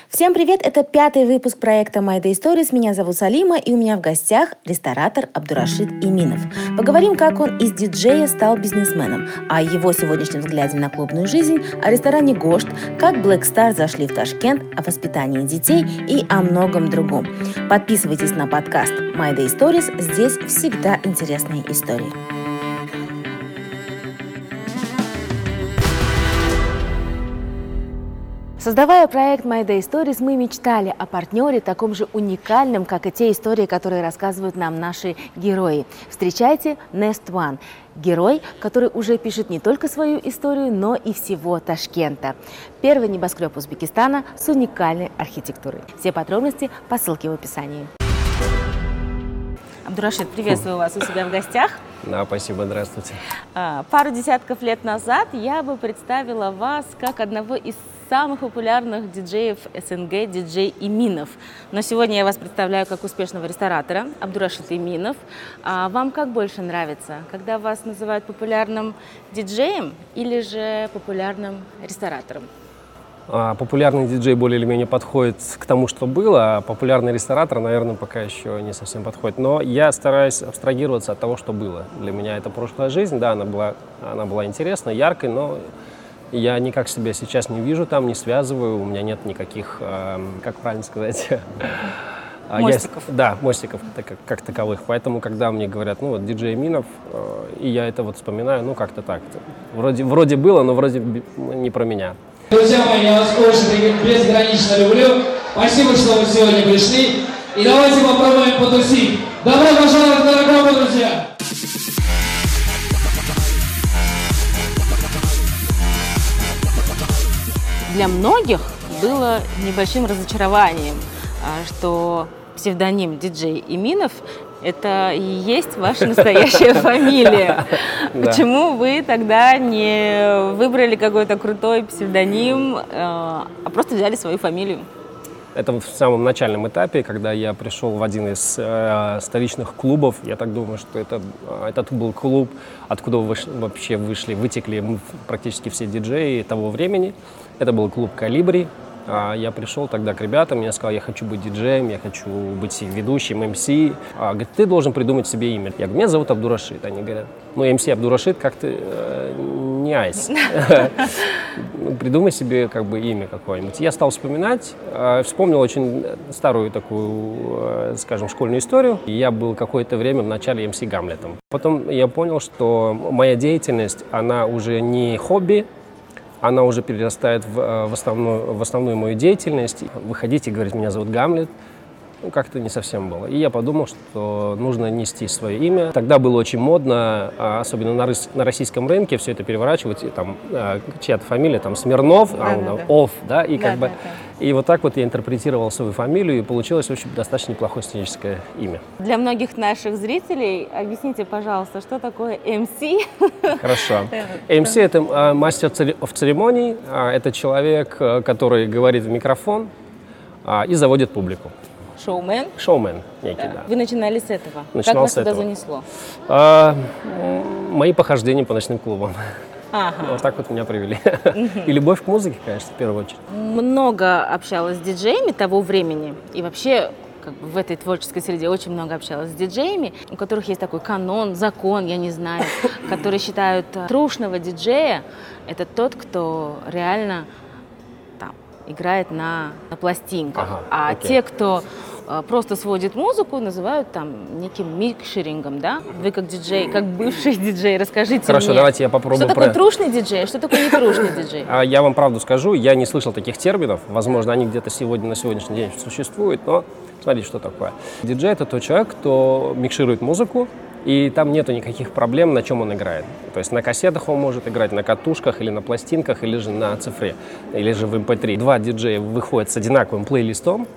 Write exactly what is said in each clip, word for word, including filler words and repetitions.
Всем привет! Это пятый выпуск проекта My Day Stories. Меня зовут Салима, и у меня в гостях ресторатор Абдурашид Иминов. Поговорим, как он из диджея стал бизнесменом, о его сегодняшнем взгляде на клубную жизнь, о ресторане «Гошт», как Black Star зашли в Ташкент, о воспитании детей и о многом другом. Подписывайтесь на подкаст My Day Stories. Здесь всегда интересные истории. Создавая проект My Day Stories, мы мечтали о партнере, таком же уникальном, как и те истории, которые рассказывают нам наши герои. Встречайте Nest One. Герой, который уже пишет не только свою историю, но и всего Ташкента. Первый небоскреб Узбекистана с уникальной архитектурой. Все подробности по ссылке в описании. Абдурашид, приветствую вас у себя в гостях. Да, спасибо, здравствуйте. Пару десятков лет назад я бы представила вас как одного из самых популярных диджеев СНГ, диджей Иминов. Но сегодня я вас представляю как успешного ресторатора Абдурашид Иминов. А вам как больше нравится, когда вас называют популярным диджеем или же популярным ресторатором? Популярный диджей более или менее подходит к тому, что было, а популярный ресторатор, наверное, пока еще не совсем подходит. Но я стараюсь абстрагироваться от того, что было. Для меня это прошлая жизнь, да, она была, она была интересной, яркой, но я никак себя сейчас не вижу там, не связываю, у меня нет никаких, э, как правильно сказать, мостиков. Я, да, мостиков как, как таковых. Поэтому, когда мне говорят, ну вот диджей Иминов, э, и я это вот вспоминаю, ну как-то так. Вроде, вроде было, но вроде не про меня. Друзья мои, я вас очень безгранично люблю. Спасибо, что вы сегодня пришли. И давайте попробуем потусить. Добро пожаловать, дорогие друзья! Для многих было небольшим разочарованием, что псевдоним диджей Иминов – это и есть ваша настоящая фамилия. Почему вы тогда не выбрали какой-то крутой псевдоним, а просто взяли свою фамилию? Это в самом начальном этапе, когда я пришел в один из э, столичных клубов. Я так думаю, что это, этот был клуб, откуда выш, вообще вышли, вытекли практически все диджеи того времени. Это был клуб «Колибри». А я пришел тогда к ребятам, я сказал, я хочу быть диджеем, я хочу быть ведущим, эм си. А, говорит, ты должен придумать себе имя. Я говорю, меня зовут Абдурашид. Они говорят, ну, эм си Абдурашид как-то э, не айс. Придумай себе как бы имя какое-нибудь. Я стал вспоминать, э, вспомнил очень старую такую, э, скажем, школьную историю. Я был какое-то время в начале эм си Гамлетом. Потом я понял, что моя деятельность, она уже не хобби, она уже перерастает в, в, основную, в основную мою деятельность. Выходить и говорить, меня зовут Гамлет, ну, как-то не совсем было. И я подумал, что нужно нести свое имя. Тогда было очень модно, особенно на, рыс, на российском рынке, все это переворачивать. И, там, чья-то фамилия, там, Смирнов, да, а, да, да. Ов, да, и да, как да, бы... Да. И вот так вот я интерпретировал свою фамилию, и получилось очень достаточно неплохое сценическое имя. Для многих наших зрителей объясните, пожалуйста, что такое эм си? Хорошо. эм си – это мастер в церемонии, это человек, который говорит в микрофон и заводит публику. Шоумен? Шоумен некий, да. да. Вы начинали с этого? Начинал как вас с этого. Туда занесло? А, мои похождения по ночным клубам. Ага. Вот так вот меня привели. И любовь к музыке, конечно, в первую очередь. Много общалась с диджеями того времени. И вообще как бы в этой творческой среде очень много общалась с диджеями, у которых есть такой канон, закон, я не знаю, которые считают трушного диджея – это тот, кто реально там, играет на, на пластинках. Ага, а окей. Те, кто просто сводит музыку, называют там неким микшерингом, да? Вы как диджей, как бывший диджей, расскажите Хорошо, мне. давайте я попробую. Что такое про... трушный диджей, что такое нетрушный диджей? Я вам правду скажу, я не слышал таких терминов. Возможно, они где-то сегодня на сегодняшний день существуют, но смотрите, что такое. Диджей – это тот человек, кто микширует музыку, и там нету никаких проблем, на чем он играет. То есть на кассетах он может играть, на катушках или на пластинках, или же на цифре, или же в эм пэ три. Два диджея выходят с одинаковым плейлистом,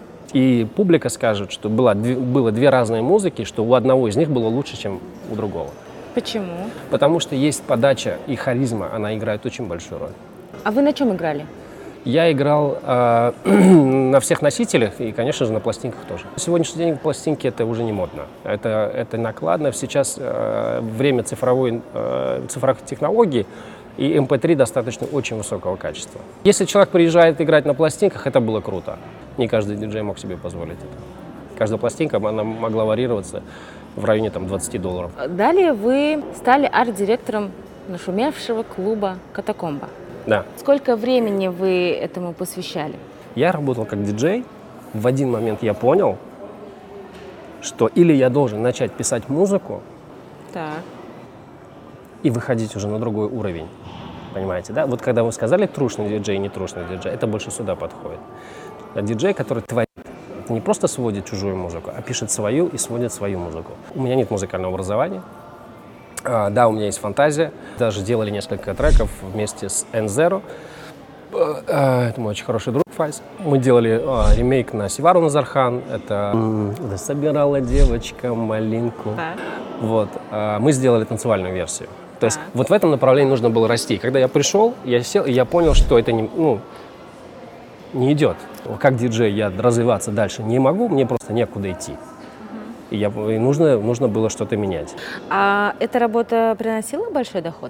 и публика скажет, что было, было две разные музыки, что у одного из них было лучше, чем у другого. Почему? Потому что есть подача и харизма, она играет очень большую роль. А вы на чем играли? Я играл э, на всех носителях и, конечно же, на пластинках тоже. На сегодняшний день пластинки это уже не модно. Это, это накладно. Сейчас э, время цифровой, э, цифровых технологий, и эм пэ три достаточно очень высокого качества. Если человек приезжает играть на пластинках, это было круто. Не каждый диджей мог себе позволить это. Каждая пластинка, она могла варьироваться в районе там, двадцати долларов. Далее вы стали арт-директором нашумевшего клуба «Катакомба». Да. Сколько времени вы этому посвящали? Я работал как диджей. В один момент я понял, что или я должен начать писать музыку Так. и выходить уже на другой уровень. Понимаете, да? Вот когда вы сказали трушный диджей, не трушный диджей, это больше сюда подходит. А диджей, который творит, это не просто сводит чужую музыку, а пишет свою и сводит свою музыку. У меня нет музыкального образования. А, да, у меня есть фантазия. Даже делали несколько треков вместе с эн зеро. Это мой очень хороший друг Файс. Мы делали а, ремейк на Севару Назархан. Это «Да собирала девочка малинку». Так. Вот. А, мы сделали танцевальную версию. То есть Так. вот в этом направлении нужно было расти. Когда я пришел, я сел, и я понял, что это не, ну, не идет. Как диджей я развиваться дальше не могу, мне просто некуда идти. И, я, и нужно, нужно было что-то менять. А эта работа приносила большой доход?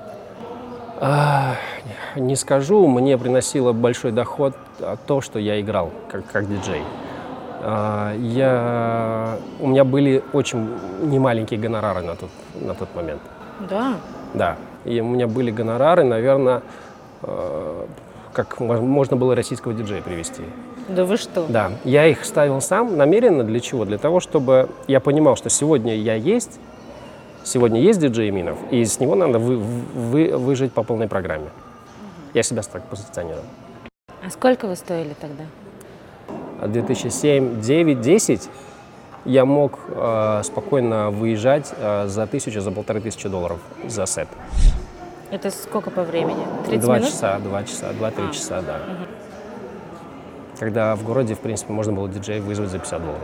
А, не скажу, мне приносило большой доход то, что я играл как, как диджей. А, я, у меня были очень немаленькие гонорары на тот, на тот момент. Да. Да, и у меня были гонорары, наверное, э, как можно было российского диджея привести. Да вы что? Да, я их ставил сам намеренно. Для чего? Для того, чтобы я понимал, что сегодня я есть, сегодня есть диджей Минов, и с него надо вы, вы, выжить по полной программе. Я себя так позиционирую. А сколько вы стоили тогда? От две тысячи седьмого, девятого, десятого я мог э, спокойно выезжать э, за тысячу, за полторы тысячи долларов за сет. Это сколько по времени? тридцать Два минут? часа, два часа, два-три А. часа, да. Угу. Когда в городе, в принципе, можно было диджея вызвать за пятьдесят долларов.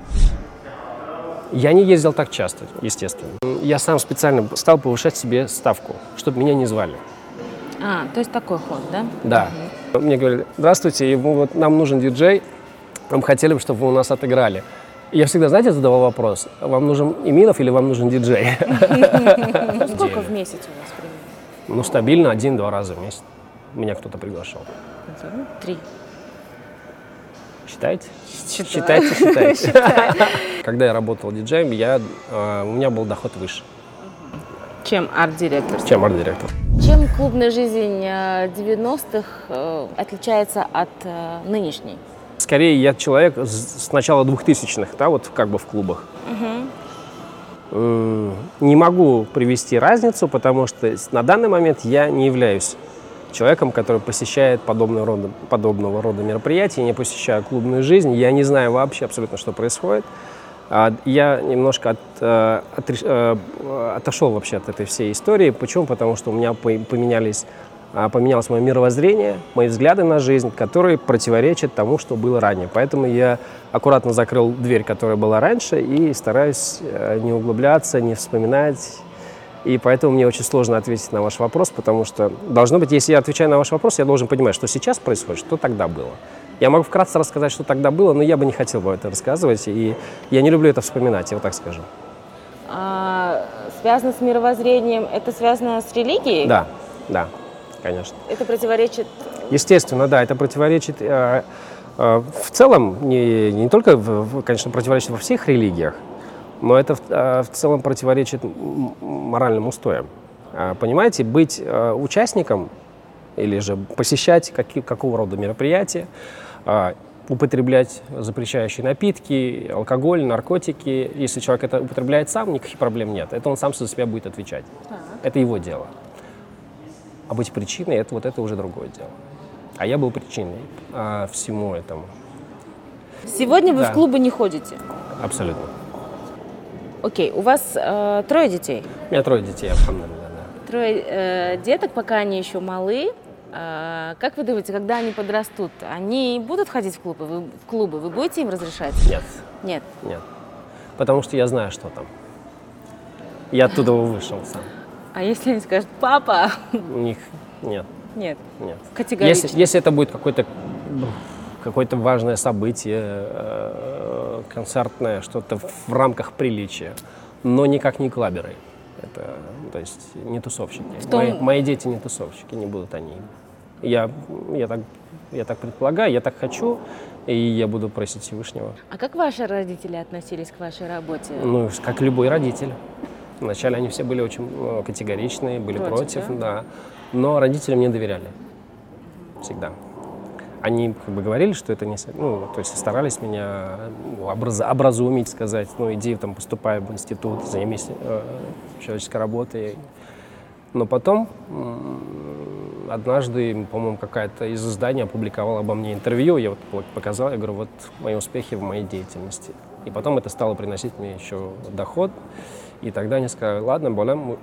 Я не ездил так часто, естественно. Я сам специально стал повышать себе ставку, чтобы меня не звали. А, то есть такой ход, да? Да. Угу. Мне говорили: здравствуйте, и вот нам нужен диджей, мы хотели бы, чтобы вы у нас отыграли. И я всегда, знаете, задавал вопрос: вам нужен Эминов или вам нужен диджей? Ну, сколько в месяц у вас примерно? Ну, стабильно один-два раза в месяц меня кто-то приглашал. Три. Считаете? Считаю. Считайте, считайте. Когда я работал диджеем, я, э, у меня был доход выше, Чем арт-директор? чем арт-директор. Чем клубная жизнь э, девяностых э, отличается от э, нынешней? Скорее, я человек с с начала двухтысячных, да, вот как бы в клубах. М, Не могу привести разницу, потому что с- на данный момент я не являюсь человеком, который посещает подобного рода, подобного рода мероприятия, не посещаю клубную жизнь, я не знаю вообще абсолютно, что происходит. А, Я немножко от, э, отреш- э, отошел вообще от этой всей истории. Почему? Потому что у меня по- поменялись, а, поменялось мое мировоззрение, мои взгляды на жизнь, которые противоречат тому, что было ранее. Поэтому я аккуратно закрыл дверь, которая была раньше, и стараюсь э, не углубляться, не вспоминать. И поэтому мне очень сложно ответить на ваш вопрос, потому что, должно быть, если я отвечаю на ваш вопрос, я должен понимать, что сейчас происходит, что тогда было. Я могу вкратце рассказать, что тогда было, но я бы не хотел бы это рассказывать, и я не люблю это вспоминать, я вот так скажу. А, связано с мировоззрением, это связано с религией? Да, да, конечно. Это противоречит... Естественно, да, это противоречит э, э, в целом, не, не только, в, в, конечно, противоречит во всех религиях, но это в, э, в целом противоречит м- моральным устоям. Э, понимаете, быть э, участником или же посещать какие, какого рода мероприятия, э, употреблять запрещающие напитки, алкоголь, наркотики. Если человек это употребляет сам, никаких проблем нет. Это он сам за себя будет отвечать. Так. Это его дело. А быть причиной, это вот это уже другое дело. А я был причиной а, всему этому. Сегодня вы Да. в клубы не ходите? Абсолютно. Окей, у вас э, трое детей? У меня трое детей, алхамдулилля, да. Трое э, деток, пока они еще малы. Э, как вы думаете, когда они подрастут, они будут ходить в клубы? Вы, в клубы? Вы будете им разрешать? Нет, Нет. нет. Потому что я знаю, что там. Я оттуда вышел сам. А если они скажут: папа? У них нет, Нет. нет. Категорично. Если, если это будет какое-то какое-то важное событие, э, концертное, что-то в рамках приличия, но никак не клаберы. Это, то есть не тусовщики. В том- Мои, мои дети не тусовщики, не будут они. Я, я, так, я так предполагаю, я так хочу, и я буду просить Всевышнего. А как ваши родители относились к вашей работе? Ну, как любой родитель. Вначале они все были очень э, категоричные, были Против, против, да? Но родители мне доверяли. Всегда. Они как бы говорили, что это не... со- Ну, то есть старались меня ну, образ- образумить, сказать, ну, иди там, поступай в институт, займись э, человеческой работой. Но потом м, однажды, по-моему, какая-то из изданий опубликовала обо мне интервью, я вот показал, я говорю, вот мои успехи в моей деятельности. И потом это стало приносить мне еще доход. И тогда они сказали, ладно, болем,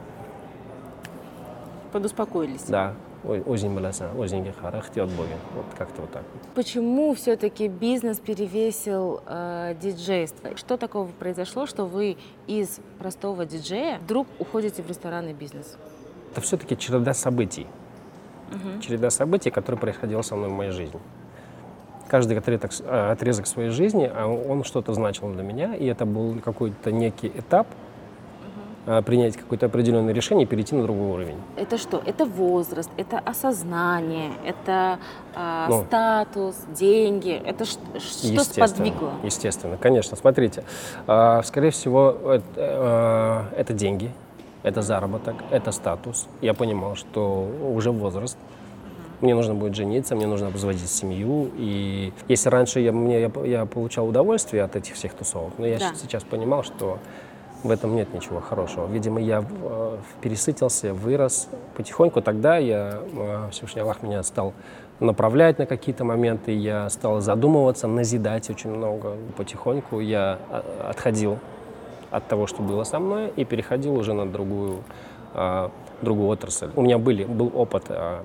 Подуспокоились. да, очень баласа, очень гехарах, от Бога. Вот как-то вот так. Почему все-таки бизнес перевесил э, диджейство? Что такого произошло, что вы из простого диджея вдруг уходите в ресторанный бизнес? Это все-таки череда событий. Череда событий, которые происходила со мной в моей жизни. Каждый отрезок, э, отрезок своей жизни, а он что-то значил для меня, и это был какой-то некий этап, э, принять какое-то определенное решение и перейти на другой уровень. Это что? Это возраст, это осознание, это э, Ну. статус, деньги. Это ш- что Естественно, сподвигло? естественно, конечно. Смотрите, э, скорее всего, это, э, это деньги, это заработок, это статус. Я понимал, что уже возраст. Мне нужно будет жениться, мне нужно заводить семью. И если раньше я, мне, я, я получал удовольствие от этих всех тусовок, но я Да. сейчас понимал, что в этом нет ничего хорошего. Видимо, я э, пересытился, вырос. Потихоньку тогда я, э, Всевышний Аллах меня стал направлять на какие-то моменты, я стал задумываться, назидать очень много. Потихоньку я э, отходил от того, что было со мной, и переходил уже на другую, э, другую отрасль. У меня были, был опыт э,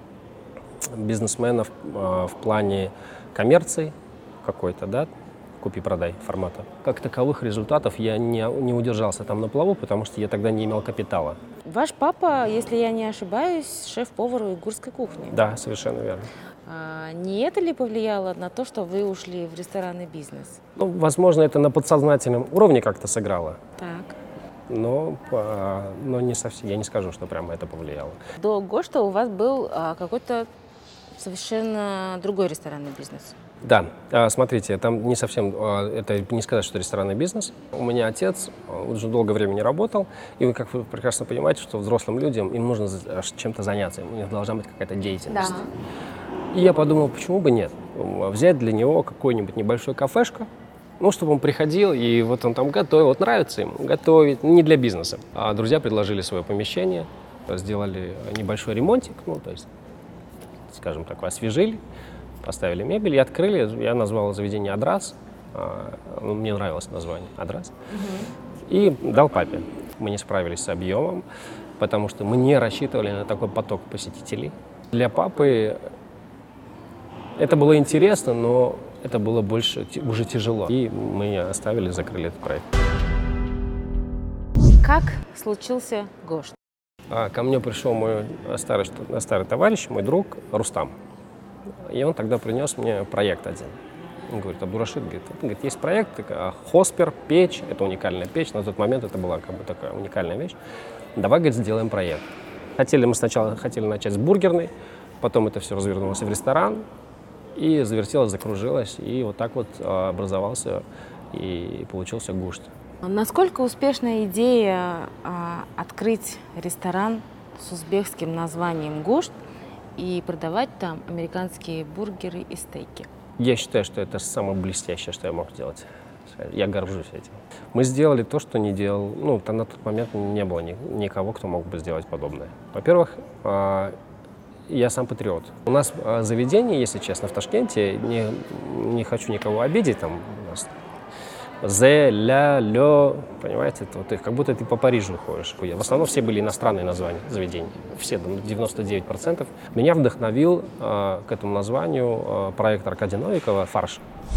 бизнесменов э, в плане коммерции какой-то, да, купи-продай формата. Как таковых результатов я не, не удержался там на плаву, потому что я тогда не имел капитала. Ваш папа, если я не ошибаюсь, шеф-повар уйгурской кухни. Да, совершенно верно. А, не это ли повлияло на то, что вы ушли в ресторанный бизнес? Ну, возможно, это на подсознательном уровне как-то сыграло, Так. но, э, но не совсем, я не скажу, что прямо это повлияло. До ГОШТа у вас был а, какой-то совершенно другой ресторанный бизнес. Да, а, смотрите, там не совсем, а, это не сказать, что ресторанный бизнес. У меня отец а, уже долгое время не работал, и вы, как вы прекрасно понимаете, что взрослым людям им нужно за- чем-то заняться, у них должна быть какая-то деятельность. И я подумал, почему бы нет, взять для него какую-нибудь небольшую кафешку, ну, чтобы он приходил, и вот он там готовил, вот нравится ему готовить, не для бизнеса. А друзья предложили свое помещение, сделали небольшой ремонтик, ну, то есть, скажем так, освежили, поставили мебель и открыли. Я назвал заведение «Адрас». А, ну, мне нравилось название «Адрас». И дал папе. Мы не справились с объемом, потому что мы не рассчитывали на такой поток посетителей. Для папы это было интересно, но это было больше ти- уже тяжело. И мы оставили, закрыли этот проект. Как случился ГОШТ? А ко мне пришел мой старый, что- старый товарищ, мой друг Рустам. И он тогда принес мне проект один. Он говорит, Абдурашид, говорит, «Вот, говорит, есть проект, такая, Хоспер, печь, это уникальная печь, на тот момент это была как бы такая уникальная вещь. Давай, говорит, сделаем проект. Хотели мы сначала хотели начать с бургерной, потом это все развернулось в ресторан, и завертелось, закружилось, и вот так вот а, образовался и получился ГУШТ. Насколько успешная идея а, открыть ресторан с узбекским названием ГОШТ и продавать там американские бургеры и стейки? Я считаю, что это самое блестящее, что я мог сделать. Я горжусь этим. Мы сделали то, что не делал, ну, там на тот момент не было ни- никого, кто мог бы сделать подобное. Во-первых, а, я сам патриот. У нас а, заведение, если честно, в Ташкенте, не, не хочу никого обидеть, там у нас Зе, ля, лё, понимаете, это вот их, как будто ты по Парижу ходишь. В основном все были иностранные названия заведений, все, ну, девяносто девять процентов. Меня вдохновил э, к этому названию э, проект Аркадия Новикова «Фарш».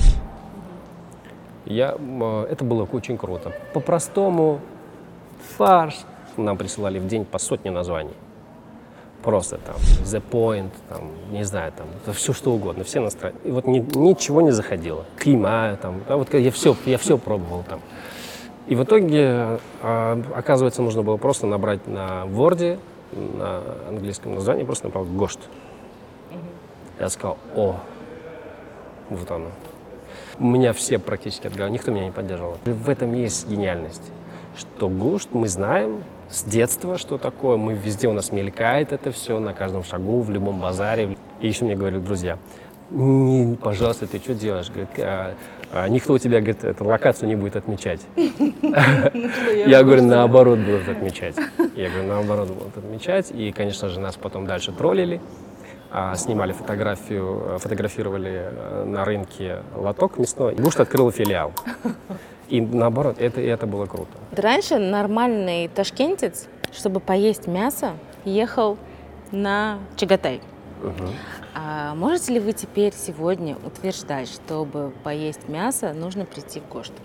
Я, э, это было очень круто. По-простому «Фарш». Нам присылали в день по сотне названий. Просто там The Point, там, не знаю, там, это все что угодно, все настроения. И вот ни, ничего не заходило. Клима, там, да, вот я все, я все пробовал там. И в итоге, э, оказывается, нужно было просто набрать на Word, на английском названии, просто написал «Гошт». Я сказал: о, вот оно. Меня все практически отговорили, никто меня не поддерживал. В этом есть гениальность, что гушт мы знаем с детства, что такое, мы везде, у нас мелькает это все, на каждом шагу, в любом базаре. И еще мне говорили друзья: не, пожалуйста, ты что делаешь? Говорит, а, а, никто у тебя, говорит, эту локацию не будет отмечать. Я говорю, наоборот будут отмечать. Я говорю, наоборот будут отмечать. И, конечно же, нас потом дальше троллили. Снимали фотографию, фотографировали на рынке лоток мясной. Гушт открыл филиал. И наоборот, это, это было круто. Раньше нормальный ташкентец, чтобы поесть мясо, ехал на Чагатай. Угу. А можете ли вы теперь сегодня утверждать, чтобы поесть мясо, нужно прийти в Гошт?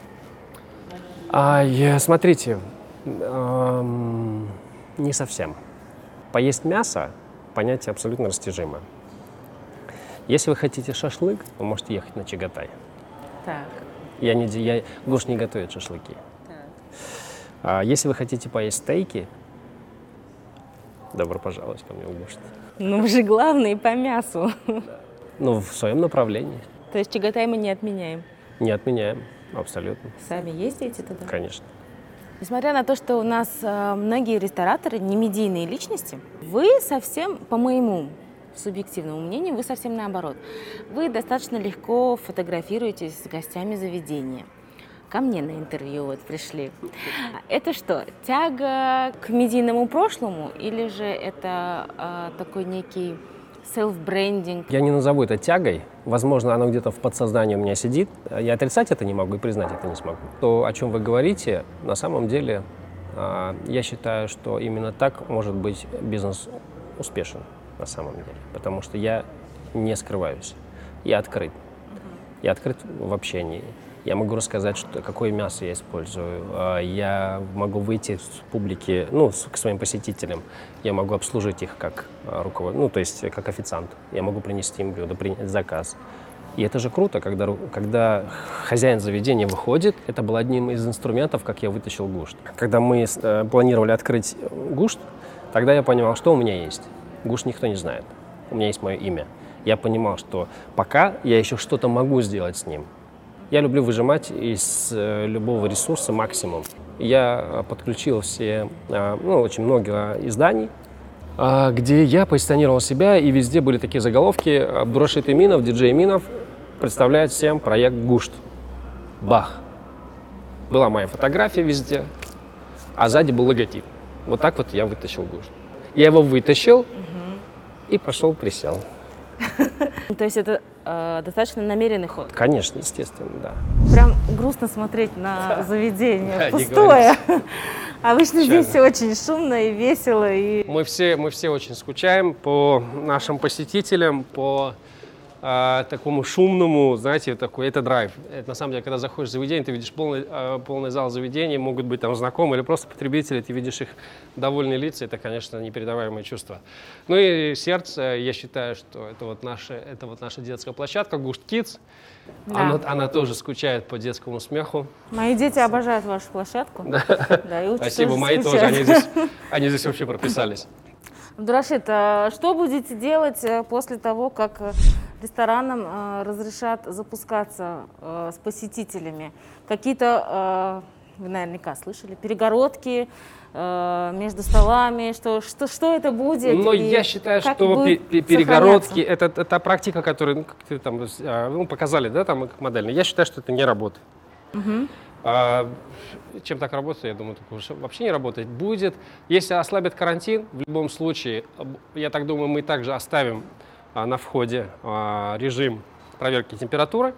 А, я, смотрите, эм, не совсем. Поесть мясо — понятие абсолютно растяжимое. Если вы хотите шашлык, вы можете ехать на Чагатай. Так. Я не, я, Гошт не готовит шашлыки. Так. А если вы хотите поесть стейки, добро пожаловать ко мне в Гошт. Ну, вы же главный по мясу. Ну, в своем направлении. То есть Чагатай мы не отменяем? Не отменяем, абсолютно. Сами ездите туда? Конечно. Несмотря на то, что у нас э, многие рестораторы не медийные личности, вы совсем, по моему субъективному мнению, вы совсем наоборот. Вы достаточно легко фотографируетесь с гостями заведения. Ко мне на интервью вот пришли. Это что, тяга к медийному прошлому или же это э, такой некий селф-брендинг? Я не назову это тягой. Возможно, оно где-то в подсознании у меня сидит. Я отрицать это не могу и признать это не смогу. То, о чем вы говорите, на самом деле, я считаю, что именно так может быть бизнес успешен на самом деле. Потому что я не скрываюсь. Я открыт. Я открыт в общении. Я могу рассказать, что, какое мясо я использую. Я могу выйти с публики, ну, к своим посетителям. Я могу обслужить их как руководитель, ну, то есть как официант. Я могу принести им блюдо, принять заказ. И это же круто, когда, когда хозяин заведения выходит. Это был одним из инструментов, как я вытащил гушт. Когда мы э, планировали открыть гушт, тогда я понимал, что у меня есть. Гушт никто не знает. У меня есть мое имя. Я понимал, что пока я еще что-то могу сделать с ним. Я люблю выжимать из э, любого ресурса максимум. Я подключил все, э, ну, очень много изданий, э, где я позиционировал себя, и везде были такие заголовки: Абдурашид Эминов, диджей Эминов представляет всем проект Гушт. Бах! Была моя фотография везде, а сзади был логотип. Вот так вот я вытащил Гушт. Я его вытащил угу. и пошел присел. То есть это э, достаточно намеренный ход? Конечно, естественно, да. Прям грустно смотреть на да. заведение да, пустое. Обычно здесь все очень шумно и весело. И... Мы, все, мы все очень скучаем по нашим посетителям, по э, такому шумному, знаете, такой, это драйв. Это, на самом деле, когда заходишь в заведение, ты видишь полный, э, полный зал заведения, могут быть там знакомые или просто потребители, ты видишь их довольные лица, это, конечно, непередаваемое чувство. Ну и сердце, я считаю, что это вот наша, это вот наша детская площадка Гушт Kids. Да. Она, она тоже скучает по детскому смеху. Мои дети обожают вашу площадку. Да. Да, и спасибо, мои скучать. Тоже, они здесь, они здесь вообще прописались. Абдурашид, а что будете делать после того, как ресторанам разрешат запускаться с посетителями? Какие-то, вы наверняка слышали, перегородки между столами, что, что, что это будет? Но я считаю, что перегородки — это та практика, которую ну, там, ну, показали, да, там модельно. Я считаю, что это не работает. Угу. А, чем так работает, я думаю, так вообще не работать будет. Если ослабят карантин, в любом случае, я так думаю, мы также оставим а, на входе а, режим проверки температуры,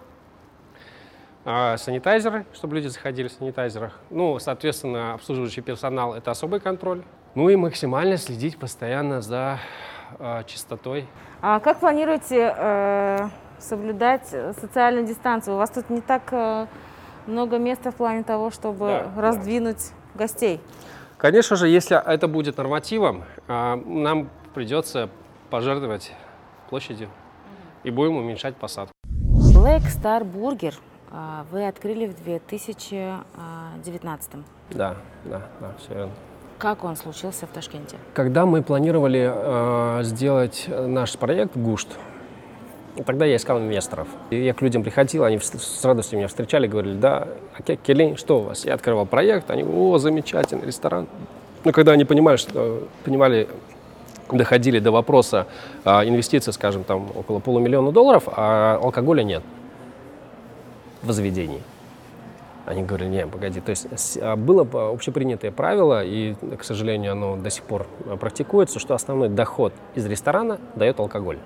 а, санитайзеры, чтобы люди заходили в санитайзерах. Ну, соответственно, обслуживающий персонал — это особый контроль. Ну и максимально следить постоянно за а, чистотой. А как планируете э, соблюдать социальную дистанцию? У вас тут не так... Э, много места в плане того, чтобы да, раздвинуть да. гостей. Конечно же, если это будет нормативом, нам придется пожертвовать площадью и будем уменьшать посадку. Black Star Burger а, вы открыли в две тысячи девятнадцатом. Да, да, да, все верно. Как он случился в Ташкенте? Когда мы планировали э, сделать наш проект «Гушт», тогда я искал инвесторов. И я к людям приходил, они с радостью меня встречали, говорили: да, окей, Келин, что у вас? Я открывал проект, они: о, замечательный ресторан. Но когда они понимали, что, понимали, доходили до вопроса э, инвестиций, скажем, там около полумиллиона долларов, а алкоголя нет в заведении. Они говорили: не, погоди. То есть было общепринятое правило, и, к сожалению, оно до сих пор практикуется, что основной доход из ресторана дает алкоголь.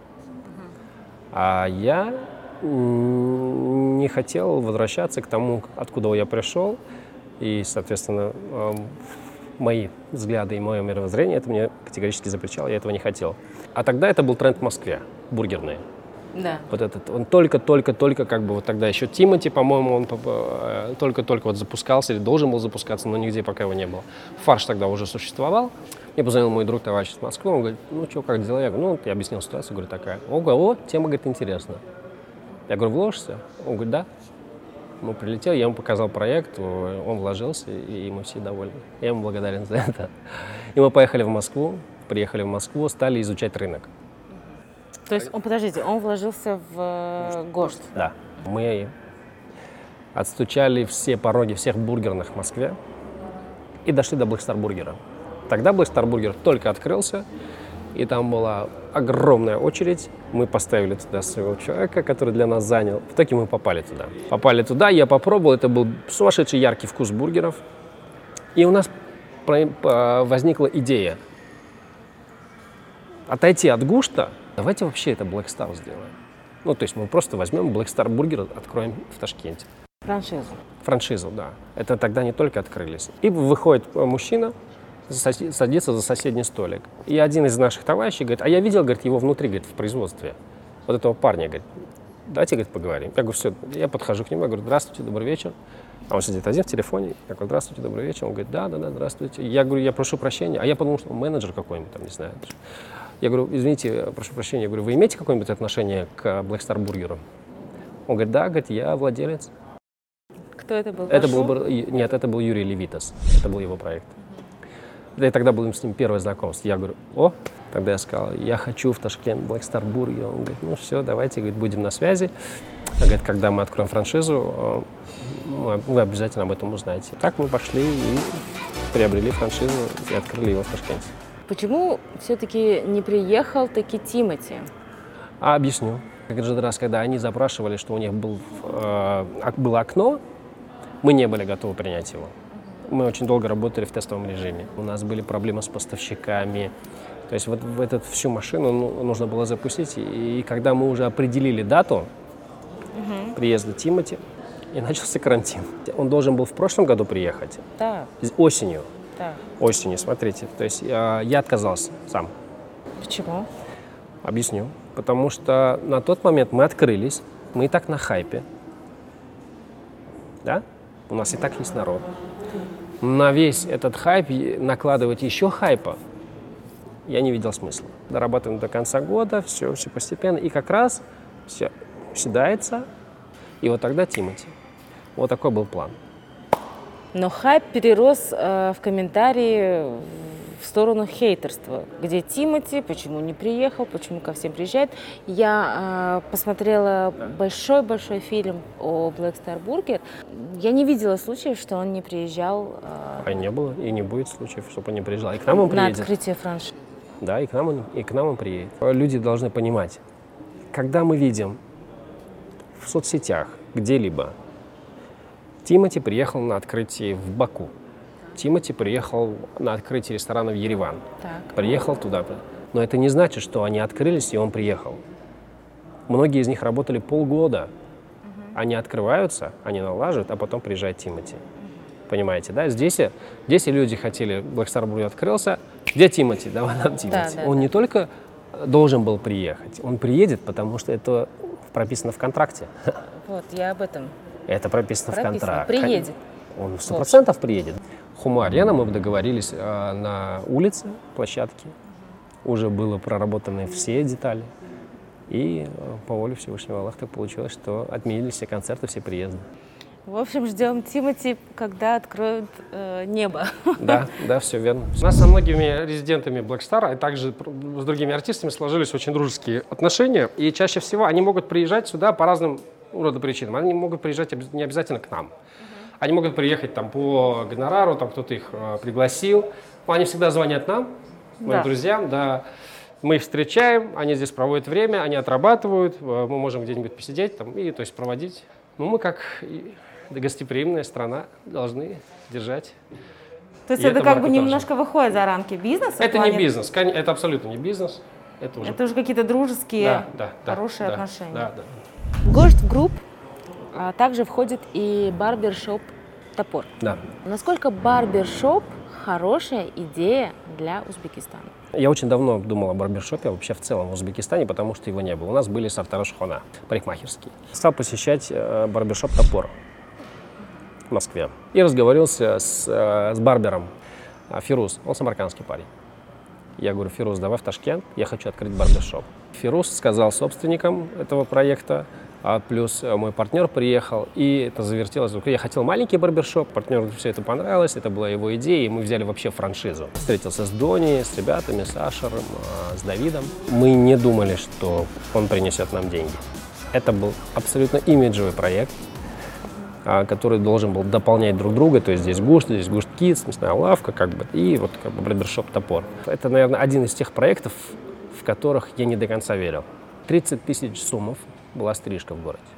А я не хотел возвращаться к тому, откуда я пришел, и, соответственно, мои взгляды и мое мировоззрение это мне категорически запрещало, я этого не хотел. А тогда это был тренд в Москве, бургерные. Да. Вот этот, он только-только-только, как бы вот тогда еще Тимати, по-моему, он только-только вот запускался или должен был запускаться, но нигде пока его не было. Фарш тогда уже существовал. Мне позвонил мой друг, товарищ из Москвы, он говорит: ну что, как дела? Я говорю: ну, я объяснил ситуацию, говорю, такая. Он говорит: о, тема, говорит, интересна. Я говорю: вложишься? Он говорит: да. Мы прилетели, я ему показал проект, он вложился, и мы все довольны. Я ему благодарен за это. И мы поехали в Москву, приехали в Москву, стали изучать рынок. То есть, он, подождите, он вложился в Гошт? Да. Мы отстучали все пороги всех бургерных в Москве и дошли до Black Star Burger. Тогда Black Star Burger только открылся, и там была огромная очередь. Мы поставили туда своего человека, который для нас занял. В итоге мы попали туда. Попали туда, я попробовал, это был сумасшедший яркий вкус бургеров. И у нас возникла идея отойти от Гушта. Давайте вообще это Black Star сделаем. Ну, то есть мы просто возьмем Black Star Burger, откроем в Ташкенте. Франшизу? Франшизу, да. Это тогда не только открылись. И выходит мужчина, садится за соседний столик. И один из наших товарищей говорит: а я видел, говорит, его внутри, говорит, в производстве. Вот этого парня, говорит, давайте, говорит, поговорим. Я говорю: все, я подхожу к нему, я говорю: здравствуйте, добрый вечер. А он сидит один в телефоне. Я говорю: здравствуйте, добрый вечер. Он говорит: да, да, да, здравствуйте. Я говорю: я прошу прощения. А я подумал, что он менеджер какой-нибудь там, не знаю. Я говорю: извините, прошу прощения. Я говорю: вы имеете какое-нибудь отношение к Black Star Burger? Он говорит: да, говорит, я владелец. Кто это был? Это был, нет, это был Юрий Левитас. Это был его проект. И тогда было с ним первое знакомство. Я говорю: о, тогда я сказал: я хочу в Ташкент Black Star Burger. Он говорит: ну все, давайте, говорит, будем на связи. Он говорит: когда мы откроем франшизу, вы обязательно об этом узнаете. Так мы пошли и приобрели франшизу и открыли его в Ташкенте. Почему все-таки не приехал таки Тимати? А объясню. Каждый раз, когда они запрашивали, что у них был, э, было окно, мы не были готовы принять его. Мы очень долго работали в тестовом режиме. У нас были проблемы с поставщиками. То есть вот в эту всю машину ну, нужно было запустить. И, и когда мы уже определили дату угу. приезда Тимати, и начался карантин. Он должен был в прошлом году приехать. Да. Осенью. Да. Осенью, смотрите. То есть я, я отказался сам. Почему? Объясню. Потому что на тот момент мы открылись, мы и так на хайпе. Да? У нас и так есть народ. На весь этот хайп накладывать еще хайпа я не видел смысла. Дорабатываем до конца года, все, все постепенно. И как раз все седается. И вот тогда Тимати. Вот такой был план. Но хайп перерос э, в комментарии в сторону хейтерства. Где Тимати, почему не приехал, почему ко всем приезжает. Я э, посмотрела большой-большой фильм о Black Star Burger. Я не видела случаев, что он не приезжал. Э, а не было и не будет случаев, чтобы он не приезжал. И к нам он приедет. На открытие франшизы. Да, и к нам он, и к нам он приедет. Люди должны понимать, когда мы видим в соцсетях где-либо Тимати приехал на открытие в Баку, Тимати приехал на открытие ресторана в Ереван, так. приехал туда. Но это не значит, что они открылись, и он приехал. Многие из них работали полгода. Угу. Они открываются, они налаживают, а потом приезжает Тимати. Угу. Понимаете, да? Здесь, здесь люди хотели, Black Star Burger открылся. Где Тимати? Давай нам Тимати. Да, да, он да. не только должен был приехать, он приедет, потому что это прописано в контракте. Вот, я об этом. Это прописано, прописано. в контракте. Приедет. Он сто процентов приедет. Хума-арена, мы договорились э, на улице, площадке. Уже было проработаны все детали. И по воле Всевышнего Аллаха так получилось, что отменились все концерты, все приезды. В общем, ждем Тимати, когда откроют э, небо. Да, да, все верно. У нас со многими резидентами Black Star, а также с другими артистами сложились очень дружеские отношения. И чаще всего они могут приезжать сюда по разным роду причинам. Они могут приезжать не обязательно к нам. Они могут приехать там по гонорару, там кто-то их э, пригласил. Но они всегда звонят нам, моим Да. друзьям, да. Мы их встречаем, они здесь проводят время, они отрабатывают, мы можем где-нибудь посидеть там, и то есть проводить. Но мы, как и гостеприимная страна, должны держать. То есть И это это как марка бы тоже. немножко выходит за рамки бизнеса? в Это не плане- бизнес, кон- это абсолютно не бизнес. Это уже, Это уже какие-то дружеские, да, да, да, хорошие да, отношения. Да, да. В Gost Group а, также входит и барбершоп «Топор». Да. Насколько барбершоп хорошая идея для Узбекистана? Я очень давно думал о барбершопе, вообще в целом в Узбекистане, потому что его не было. У нас были Сартара-Шхона, парикмахерские. Стал посещать э, барбершоп «Топор» в Москве. И разговорился с, э, с барбером э, Фируз, он самаркандский парень. Я говорю: Фируз, давай в Ташкент, я хочу открыть барбершоп. Фируз сказал собственникам этого проекта, а плюс мой партнер приехал, и это завертелось. Я хотел маленький барбершоп, партнеру все это понравилось, это была его идея, и мы взяли вообще франшизу. Встретился с Дони, с ребятами, с Ашером, с Давидом. Мы не думали, что он принесет нам деньги. Это был абсолютно имиджевый проект, который должен был дополнять друг друга. То есть здесь Гушт, здесь Гушт Kids, мясная лавка, как бы, и вот как бы барбершоп «Топор». Это, наверное, один из тех проектов, в которых я не до конца верил. тридцать тысяч суммов была стрижка в городе,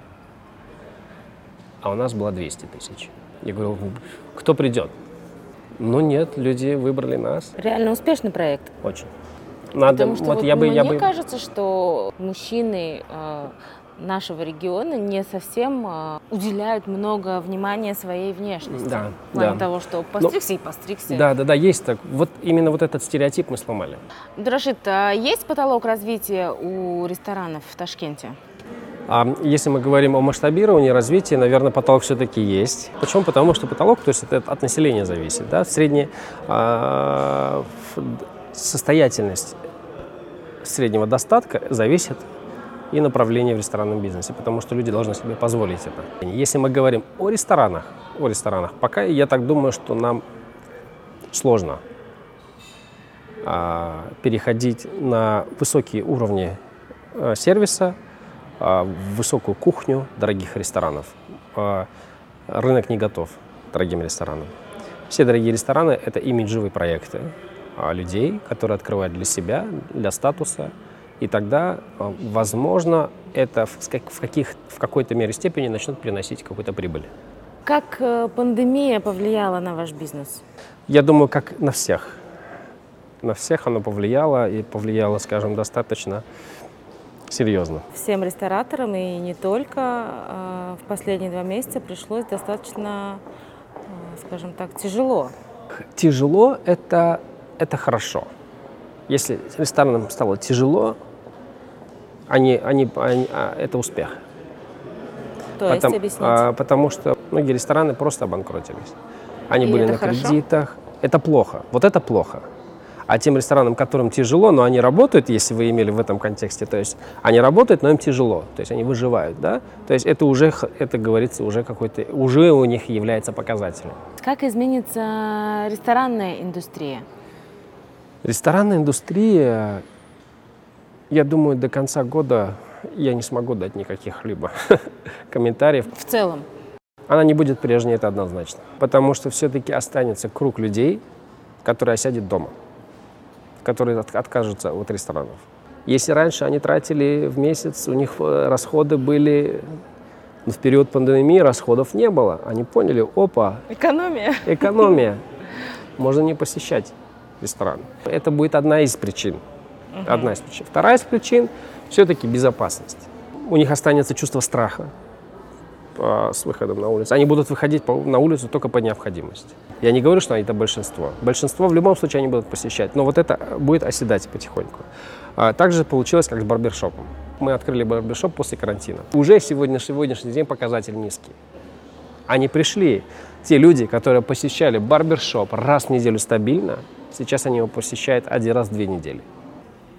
а у нас было двести тысяч. Я говорю: кто придет? Ну нет, люди выбрали нас. Реально успешный проект. Очень. Надо, Потому что вот вот я бы, мне я бы... кажется, что мужчины э, нашего региона не совсем э, уделяют много внимания своей внешности. Да, В плане да. того, что постригся и постригся. Да, да, да, есть так. Вот именно вот этот стереотип мы сломали. Рашид, а есть потолок развития у ресторанов в Ташкенте? А если мы говорим о масштабировании, развитии, наверное, потолок все-таки есть. Почему? Потому что потолок, то есть это от населения зависит. Да? Средняя а, состоятельность среднего достатка зависит и направление в ресторанном бизнесе, потому что люди должны себе позволить это. Если мы говорим о ресторанах, о ресторанах, пока я так думаю, что нам сложно а, переходить на высокие уровни а, сервиса, высокую кухню дорогих ресторанов. Рынок не готов к дорогим ресторанам. Все дорогие рестораны – это имиджевые проекты людей, которые открывают для себя, для статуса. И тогда, возможно, это в, каких, в какой-то мере степени начнут приносить какую-то прибыль. Как пандемия повлияла на ваш бизнес? Я думаю, как на всех. На всех оно повлияло, и повлияло, скажем, достаточно серьезно. Всем рестораторам и не только в последние два месяца пришлось достаточно, скажем так, тяжело. Тяжело – это, это хорошо. Если ресторанам стало тяжело, они, они, они, это успех. То есть, потому, объясните? А, потому что многие рестораны просто обанкротились. Они И были это на хорошо? кредитах. Это плохо. Вот это плохо. А тем ресторанам, которым тяжело, но они работают, если вы имели в этом контексте, то есть они работают, но им тяжело, то есть они выживают, да? То есть это уже, это говорится, уже какой-то, уже у них является показателем. Как изменится ресторанная индустрия? Ресторанная индустрия, я думаю, до конца года я не смогу дать никаких либо комментариев. В целом? Она не будет прежней, это однозначно. Потому что все-таки останется круг людей, который осядет дома, которые откажутся от ресторанов. Если раньше они тратили в месяц, у них расходы были, но в период пандемии расходов не было. Они поняли: опа, Экономия. экономия, можно не посещать ресторан. Это будет одна из причин. Одна из причин. Вторая из причин – все-таки безопасность. У них останется чувство страха с выходом на улицу. Они будут выходить на улицу только по необходимости. Я не говорю, что это большинство. Большинство в любом случае они будут посещать, но вот это будет оседать потихоньку. Также получилось, как с барбершопом. Мы открыли барбершоп после карантина. Уже сегодня, сегодняшний день показатель низкий. Они пришли, те люди, которые посещали барбершоп раз в неделю стабильно, сейчас они его посещают один раз в две недели.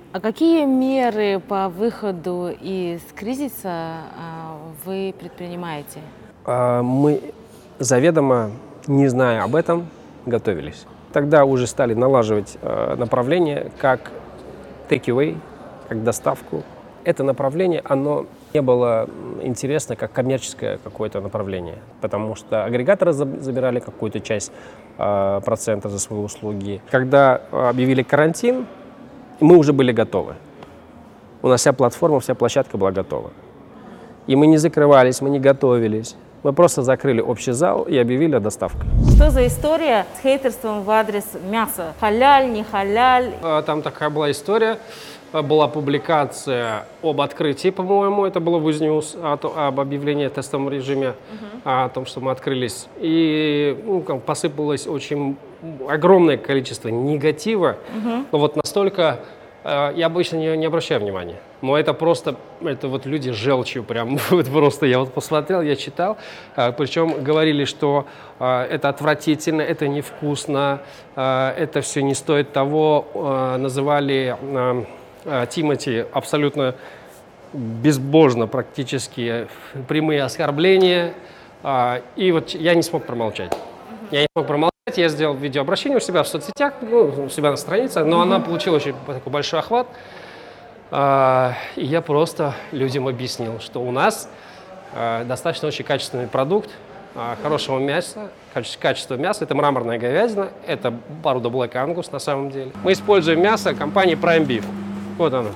А какие меры по выходу из кризиса а, вы предпринимаете? А, Мы заведомо, не зная об этом, готовились. Тогда уже стали налаживать э, направление как take-away, как доставку. Это направление, оно не было интересно как коммерческое какое-то направление, потому что агрегаторы забирали какую-то часть э, процента за свои услуги. Когда объявили карантин, мы уже были готовы. У нас вся платформа, вся площадка была готова. И мы не закрывались, мы не готовились. Мы просто закрыли общий зал и объявили о доставке. Что за история с хейтерством в адрес мяса? Халяль, не халяль? Там такая была история. Была публикация об открытии, по-моему, это было в Узньюз, об объявлении в тестовом режиме, uh-huh. о том, что мы открылись. И ну, посыпалось очень огромное количество негатива. Uh-huh. Но вот настолько... Я обычно не, не обращаю внимания, но это просто, это вот люди с желчью прям, вот просто я вот посмотрел, я читал, причем говорили, что это отвратительно, это невкусно, это все не стоит того, называли Тимати абсолютно безбожно практически прямые оскорбления, и вот я не смог промолчать. Я не смог промолчать, я сделал видеообращение у себя в соцсетях, ну, у себя на странице, но mm-hmm. она получила очень такой большой охват. А, и я просто людям объяснил, что у нас а, достаточно очень качественный продукт, а, хорошего мяса, качество, качество мяса, это мраморная говядина, это Bardo Black Angus на самом деле. Мы используем мясо компании Prime Beef. Вот оно.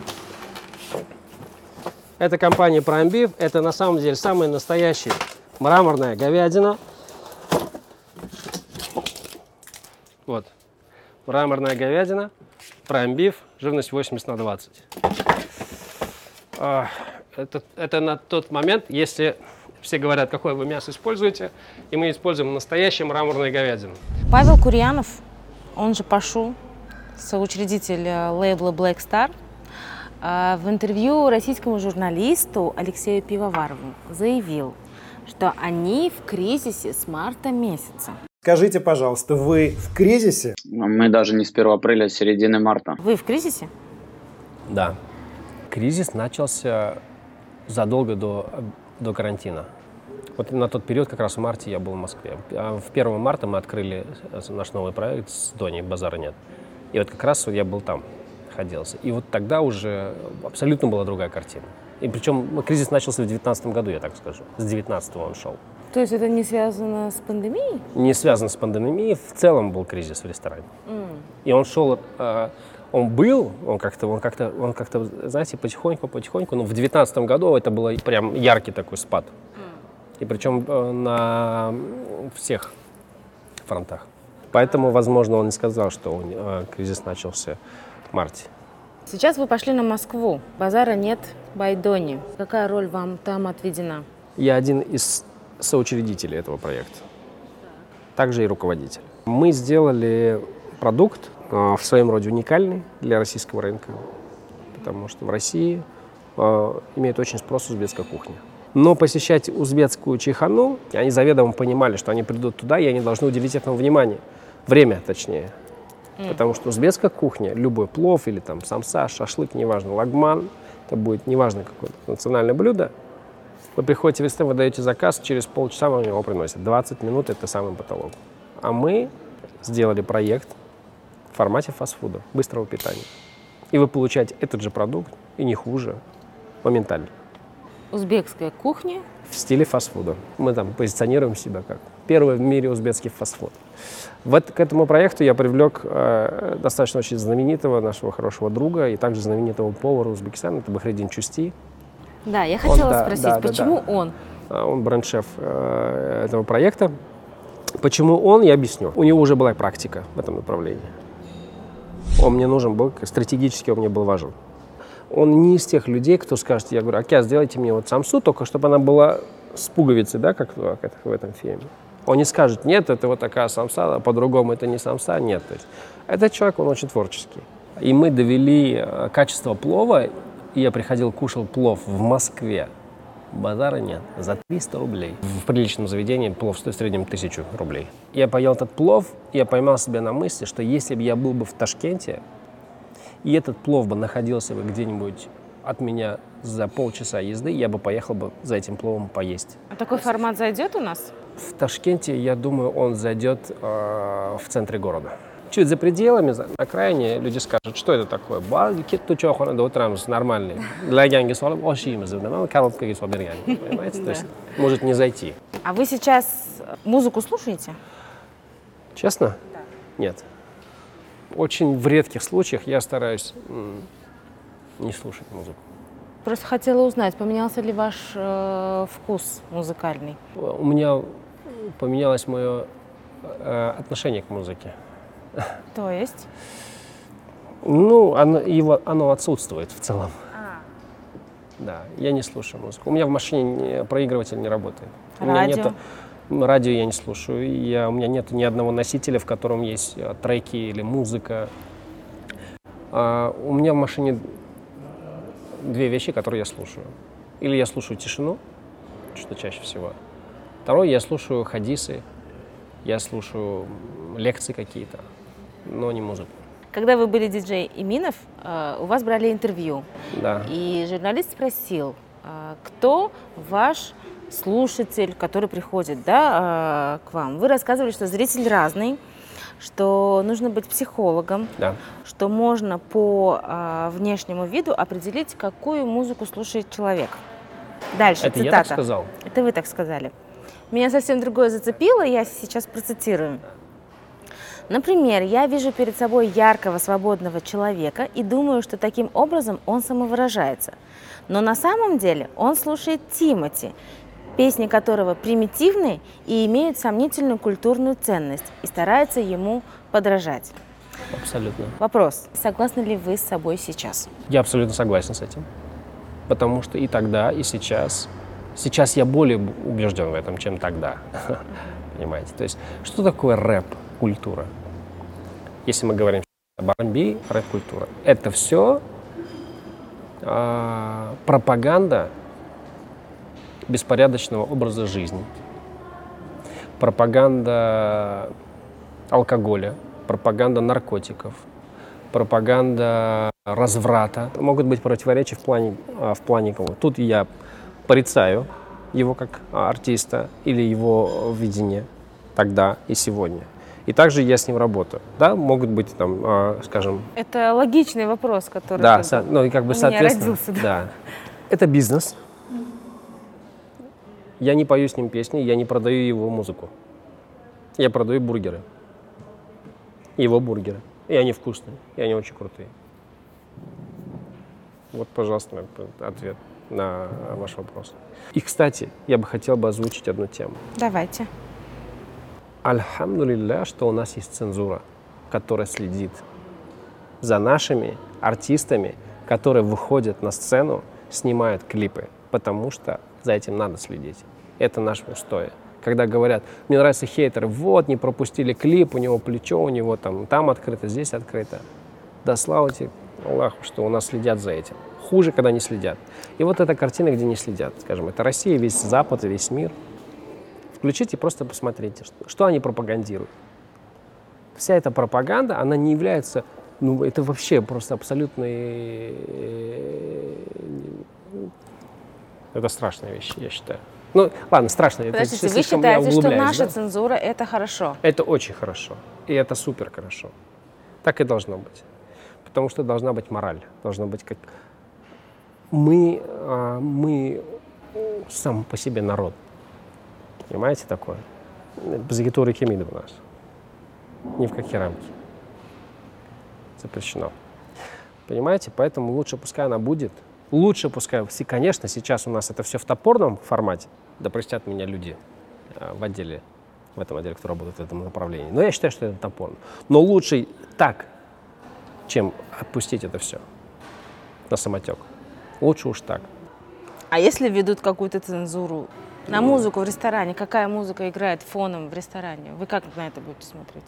Это компания Prime Beef, это на самом деле самая настоящая мраморная говядина. Вот, мраморная говядина, Prime Beef, жирность восемьдесят на двадцать. А, это, это на тот момент, если все говорят, какое вы мясо используете, и мы используем настоящую мраморную говядину. Павел Курьянов, он же Пашу, соучредитель лейбла Black Star, в интервью российскому журналисту Алексею Пивоварову заявил, что они в кризисе с марта месяца. Скажите, пожалуйста, вы в кризисе? Мы даже не с первого апреля, а с середины марта. Вы в кризисе? Да. Кризис начался задолго до, до карантина. Вот на тот период, как раз в марте, я был в Москве. А в первого марта мы открыли наш новый проект с Доней «Базара нет». И вот как раз я был там, находился. И вот тогда уже абсолютно была другая картина. И причем кризис начался в две тысячи девятнадцатом году, я так скажу. С две тысячи девятнадцатого он шел. То есть это не связано с пандемией? Не связано с пандемией. В целом был кризис в ресторане. Mm. И он шел, э, он был, он как-то, он как-то, он как-то, знаете, потихоньку, потихоньку. Но в две тысячи девятнадцатом году это был прям яркий такой спад. Mm. И причем э, на всех фронтах. Поэтому, возможно, он не сказал, что он, э, кризис начался в марте. Сейчас вы пошли на Москву. Базара нет, Байдони. Какая роль вам там отведена? Я один из соучредителей этого проекта, также и руководитель. Мы сделали продукт э, в своем роде уникальный для российского рынка, потому что в России э, имеет очень спрос узбекская кухня. Но посещать узбекскую чайхану, они заведомо понимали, что они придут туда, и они должны уделить этому внимание, время точнее. Mm. Потому что узбекская кухня, любой плов или там самса, шашлык, неважно, лагман, это будет неважно какое-то национальное блюдо. Вы приходите в ресторан, вы даете заказ, через полчаса вам его приносят. двадцать минут – это самый потолок. А мы сделали проект в формате фастфуда, быстрого питания. И вы получаете этот же продукт, и не хуже, моментально. Узбекская кухня? В стиле фастфуда. Мы там позиционируем себя как первый в мире узбекский фастфуд. Вот к этому проекту я привлек э, достаточно очень знаменитого нашего хорошего друга и также знаменитого повара Узбекистана, это Бахредин Чусти. Да, я хотела он, да, спросить, да, почему да, да. он? Он бренд-шеф э, этого проекта. Почему он, я объясню. У него уже была практика в этом направлении. Он мне нужен был, стратегически он мне был важен. Он не из тех людей, кто скажет, я говорю, окей, сделайте мне вот самсу, только чтобы она была с пуговицей, да, как в этом фильме. Он не скажет, нет, это вот такая самса, а по-другому это не самса, нет. То есть, этот человек, он очень творческий. И мы довели качество плова. И я приходил, кушал плов в Москве. Базара нет. За триста рублей. В приличном заведении плов стоит в среднем тысячу рублей. Я поел этот плов, и я поймал себя на мысли, что если бы я был бы в Ташкенте, и этот плов бы находился бы где-нибудь от меня за полчаса езды, я бы поехал бы за этим пловом поесть. А такой формат зайдет у нас? В Ташкенте, я думаю, он зайдет э, в центре города. Чуть за пределами, за- на окраине, люди скажут, что это такое. Бал кету чохона до утра нормальный. Для янги солом ошимыз, ну, коробка гисо берган. Понимаете? То есть может не зайти. А вы сейчас музыку слушаете? Честно? Нет. Очень в редких случаях я стараюсь м, не слушать музыку. Просто хотела узнать, поменялся ли ваш э, вкус музыкальный? У меня поменялось мое э, отношение к музыке. То есть? Ну, оно, его, оно отсутствует в целом. Да, я не слушаю музыку. У меня в машине не- проигрыватель не работает. У меня Радио? нету- м, радио я не слушаю. Я, у меня нет ни одного носителя, в котором есть э, треки или музыка. А, у меня в машине две вещи, которые я слушаю. Или я слушаю тишину, что чаще всего. Второе, я слушаю хадисы, я слушаю м, лекции какие-то, но не музыку. Когда вы были диджей Иминов, э, у вас брали интервью. Да. И журналист спросил, э, кто ваш слушатель, который приходит, да, э, к вам. Вы рассказывали, что зритель разный, что нужно быть психологом, Да. что можно по э, внешнему виду определить, какую музыку слушает человек. Дальше, Это цитата. я так сказал? Это вы так сказали. Меня совсем другое зацепило, я сейчас процитирую. Например, я вижу перед собой яркого, свободного человека и думаю, что таким образом он самовыражается. Но на самом деле он слушает Тимати, песни которого примитивны и имеют сомнительную культурную ценность, и старается ему подражать. Абсолютно. Вопрос. Согласны ли вы с собой сейчас? Я абсолютно согласен с этим. Потому что и тогда, и сейчас. Сейчас я более б- убежден в этом, чем тогда. Понимаете? То есть, что такое рэп-культура? Если мы говорим об ар энд би, рэп-культура, это все а, пропаганда беспорядочного образа жизни, пропаганда алкоголя, пропаганда наркотиков, пропаганда разврата. Могут быть противоречия в плане, а, в плане кого. Тут я порицаю его как а, артиста или его видение тогда и сегодня. И также я с ним работаю. Да, могут быть там, а, скажем, Это логичный вопрос, который да, как со- бы ну и как бы у меня соответственно, родился. Да. да. Это бизнес. Я не пою с ним песни, я не продаю его музыку. Я продаю бургеры. Его бургеры. И они вкусные, и они очень крутые. Вот, пожалуйста, ответ на ваш вопрос. И, кстати, я бы хотел бы озвучить одну тему. Давайте. Альхамдулилля, что у нас есть цензура, которая следит за нашими артистами, которые выходят на сцену, снимают клипы, потому что за этим надо следить. Это наш устой. Когда говорят, мне нравятся хейтеры, вот, не пропустили клип, у него плечо, у него там, там открыто, здесь открыто. Да слава тебе, Аллаху, что у нас следят за этим. Хуже, когда не следят. И вот эта картина, где не следят, скажем, это Россия, весь Запад и весь мир. Включите, просто посмотрите, что, что они пропагандируют. Вся эта пропаганда, она не является, ну, это вообще просто абсолютно, это страшная вещь, я считаю. Ну, ладно, страшно. Подождите, это вы слишком я считаете, что углубляюсь, наша да? цензура – это хорошо? Это очень хорошо. И это супер хорошо. Так и должно быть. Потому что должна быть мораль. Должна быть как... Мы, а, мы сам по себе народ. Понимаете такое? Бзагитури кемиды у нас. Ни в какие рамки. Запрещено. Понимаете? Поэтому лучше пускай она будет. Лучше пускай, си- конечно, сейчас у нас это все в топорном формате. Да простят меня люди а, в отделе, в этом отделе, кто работает в этом направлении. Но я считаю, что это топорно. Но лучше так, чем отпустить это все на самотек. Лучше уж так. А если введут какую-то цензуру на музыку в ресторане, какая музыка играет фоном в ресторане? Вы как на это будете смотреть?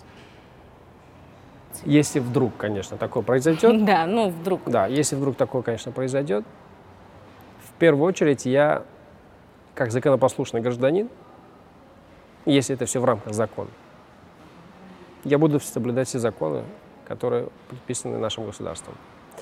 Если вдруг, конечно, такое произойдет, Да, ну вдруг. да, если вдруг такое, конечно, произойдет, в первую очередь я, как законопослушный гражданин, если это все в рамках закона, я буду соблюдать все законы, которые предписаны нашим государством.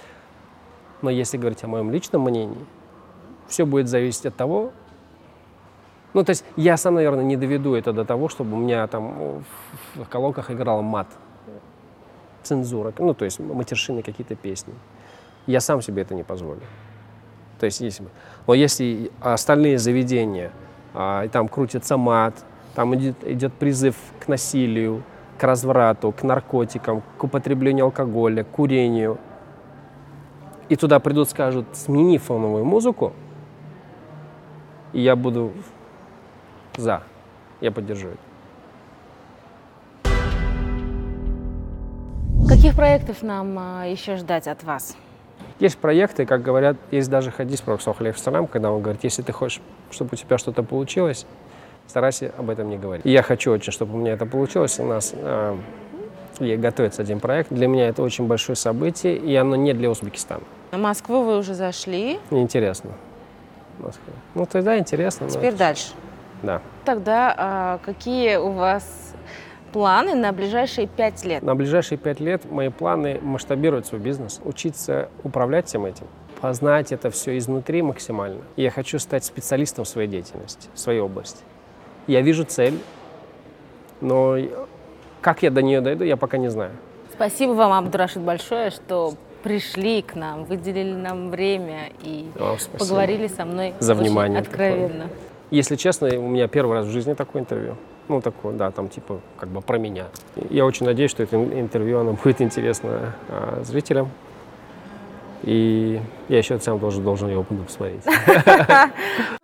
Но если говорить о моем личном мнении, все будет зависеть от того, ну, то есть я сам, наверное, не доведу это до того, чтобы у меня там в колонках играл мат, цензура, ну, то есть матершинные какие-то песни. Я сам себе это не позволю. То есть, если, но если остальные заведения, а, там крутится мат, там идет, идет призыв к насилию, к разврату, к наркотикам, к употреблению алкоголя, к курению, и туда придут, скажут, смени фоновую музыку, и я буду за, я поддержу это. Каких проектов нам а, еще ждать от вас? Есть проекты, как говорят, есть даже хадис пророка салам, когда он говорит, если ты хочешь, чтобы у тебя что-то получилось, старайся об этом не говорить. И я хочу очень, чтобы у меня это получилось. У нас э, готовится один проект. Для меня это очень большое событие, и оно не для Узбекистана. На Москву вы уже зашли. Интересно. Москва. Ну, тогда интересно. Теперь но... дальше. Да. Тогда а, какие у вас планы на ближайшие пять лет? На ближайшие пять лет мои планы масштабировать свой бизнес, учиться управлять всем этим, познать это все изнутри максимально. И я хочу стать специалистом в своей деятельности, в своей области. Я вижу цель, но как я до нее дойду, я пока не знаю. Спасибо вам, Абдурашид, большое, что пришли к нам, выделили нам время и Вам спасибо. Поговорили со мной За очень внимание откровенно. Если честно, у меня первый раз в жизни такое интервью. Ну, такое, да, там типа как бы про меня. Я очень надеюсь, что это интервью, оно будет интересно а, зрителям. И я еще сам тоже должен его посмотреть.